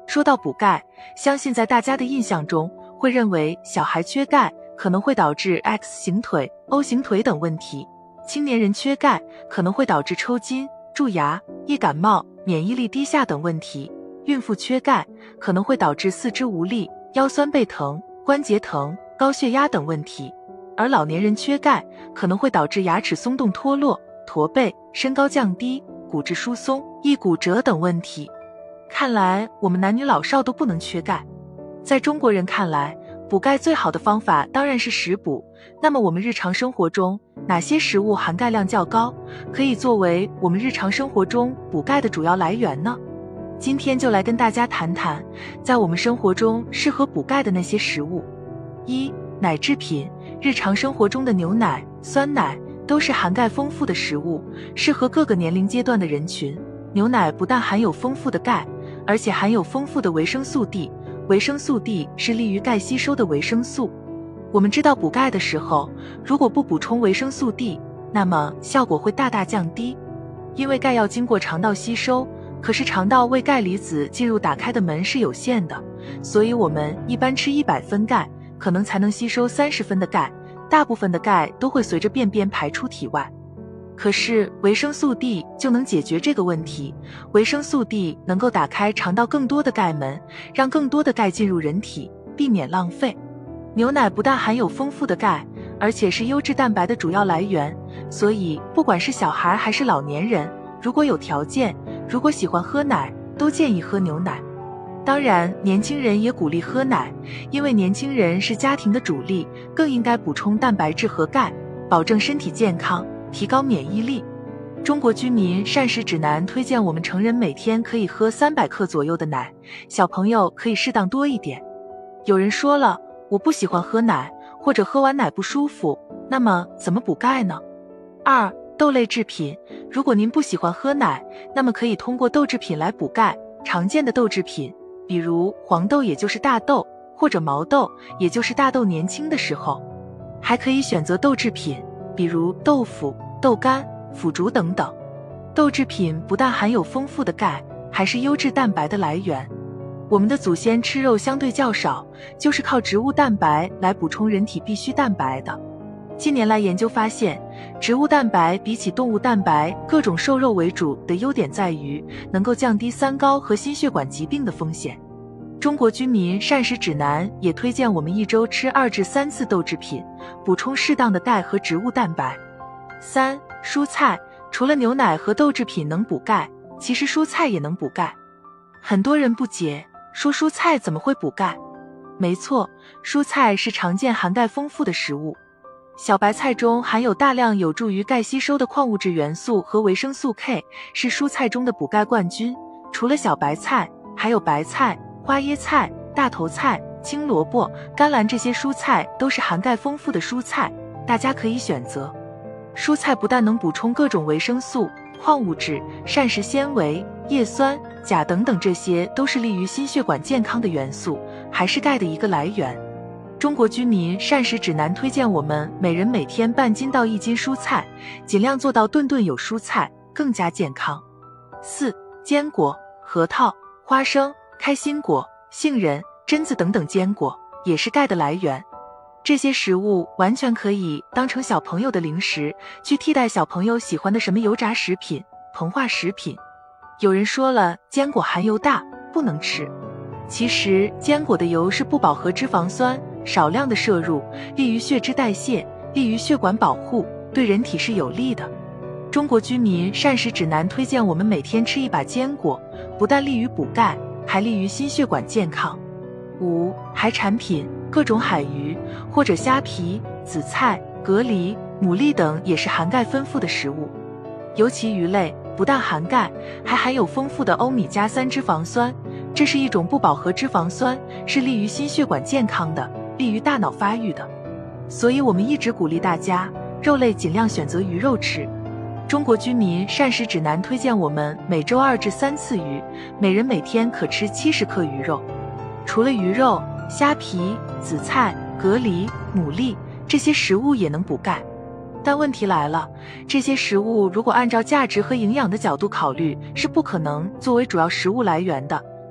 说到补钙，相信在大家的印象中，会认为小孩缺钙可能会导致 X 型腿、O 型腿等问题，青年人缺钙可能会导致抽筋、蛀牙、易感冒、免疫力低下等问题，孕妇缺钙可能会导致四肢无力、腰酸背疼、关节疼、高血压等问题，而老年人缺钙可能会导致牙齿松动脱落、驼背、身高降低、骨质疏松、易骨折等问题。看来我们男女老少都不能缺钙。在中国人看来，补钙最好的方法当然是食补。那么我们日常生活中哪些食物含钙量较高，可以作为我们日常生活中补钙的主要来源呢？今天就来跟大家谈谈在我们生活中适合补钙的那些食物。一、奶制品。日常生活中的牛奶、酸奶都是含钙丰富的食物，适合各个年龄阶段的人群。牛奶不但含有丰富的钙，而且含有丰富的维生素 D。维生素 D 是利于钙吸收的维生素。我们知道补钙的时候，如果不补充维生素 D， 那么效果会大大降低。因为钙要经过肠道吸收，可是肠道为钙离子进入打开的门是有限的，所以我们一般吃100分钙，可能才能吸收30分的钙，大部分的钙都会随着便便排出体外。可是维生素 D 就能解决这个问题，维生素 D 能够打开肠道更多的钙门，让更多的钙进入人体，避免浪费。牛奶不但含有丰富的钙，而且是优质蛋白的主要来源，所以不管是小孩还是老年人，如果有条件，如果喜欢喝奶，都建议喝牛奶。当然，年轻人也鼓励喝奶，因为年轻人是家庭的主力，更应该补充蛋白质和钙，保证身体健康，提高免疫力。中国居民膳食指南推荐我们成人每天可以喝300克左右的奶，小朋友可以适当多一点。有人说了，我不喜欢喝奶，或者喝完奶不舒服，那么怎么补钙呢？二、豆类制品。如果您不喜欢喝奶，那么可以通过豆制品来补钙。常见的豆制品，比如黄豆也就是大豆，或者毛豆也就是大豆年轻的时候。还可以选择豆制品，比如豆腐、豆干、腐竹等等。豆制品不但含有丰富的钙，还是优质蛋白的来源。我们的祖先吃肉相对较少，就是靠植物蛋白来补充人体必需蛋白的。近年来研究发现，植物蛋白比起动物蛋白各种瘦肉为主的优点在于能够降低三高和心血管疾病的风险。中国居民膳食指南也推荐我们一周吃2至3次豆制品，补充适当的钙和植物蛋白。三、蔬菜。除了牛奶和豆制品能补钙，其实蔬菜也能补钙。很多人不解，说蔬菜怎么会补钙？没错，蔬菜是常见含钙丰富的食物。小白菜中含有大量有助于钙吸收的矿物质元素和维生素 K， 是蔬菜中的补钙冠军。除了小白菜，还有白菜、花椰菜、大头菜、青萝卜、甘蓝，这些蔬菜都是含钙丰富的蔬菜，大家可以选择。蔬菜不但能补充各种维生素、矿物质、膳食纤维、叶酸、钾等等，这些都是利于心血管健康的元素，还是钙的一个来源。中国居民膳食指南推荐我们每人每天半斤到1斤蔬菜，尽量做到顿顿有蔬菜，更加健康。四、坚果。核桃、花生、开心果、杏仁、榛子等等坚果也是钙的来源。这些食物完全可以当成小朋友的零食，去替代小朋友喜欢的什么油炸食品、膨化食品。有人说了，坚果含油大，不能吃。其实坚果的油是不饱和脂肪酸，少量的摄入，利于血脂代谢，利于血管保护，对人体是有利的。中国居民膳食指南推荐我们每天吃1把坚果，不但利于补钙，还利于心血管健康。五、海产品。各种海鱼或者虾皮、紫菜、蛤蜊、牡蛎等也是含钙丰富的食物。尤其鱼类不但含钙，还含有丰富的欧米伽3脂肪酸，这是一种不饱和脂肪酸，是利于心血管健康的，利于大脑发育的。所以我们一直鼓励大家，肉类尽量选择鱼肉吃。中国居民膳食指南推荐我们每周2至3次鱼，每人每天可吃70克鱼肉。除了鱼肉，虾皮、紫菜、蛤蜊、牡蛎这些食物也能补钙。但问题来了，这些食物如果按照价值和营养的角度考虑，是不可能作为主要食物来源的，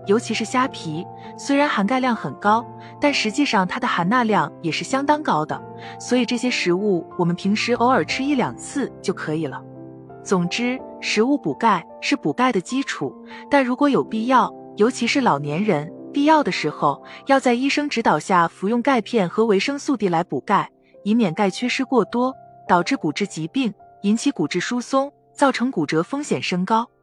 尤其是虾皮，虽然含钙量很高，但实际上它的含钠量也是相当高的，所以这些食物我们平时偶尔吃1-2次就可以了。总之，食物补钙是补钙的基础，但如果有必要，尤其是老年人，必要的时候要在医生指导下服用钙片和维生素 D 来补钙，以免钙缺失过多，导致骨质疾病，引起骨质疏松，造成骨折风险升高。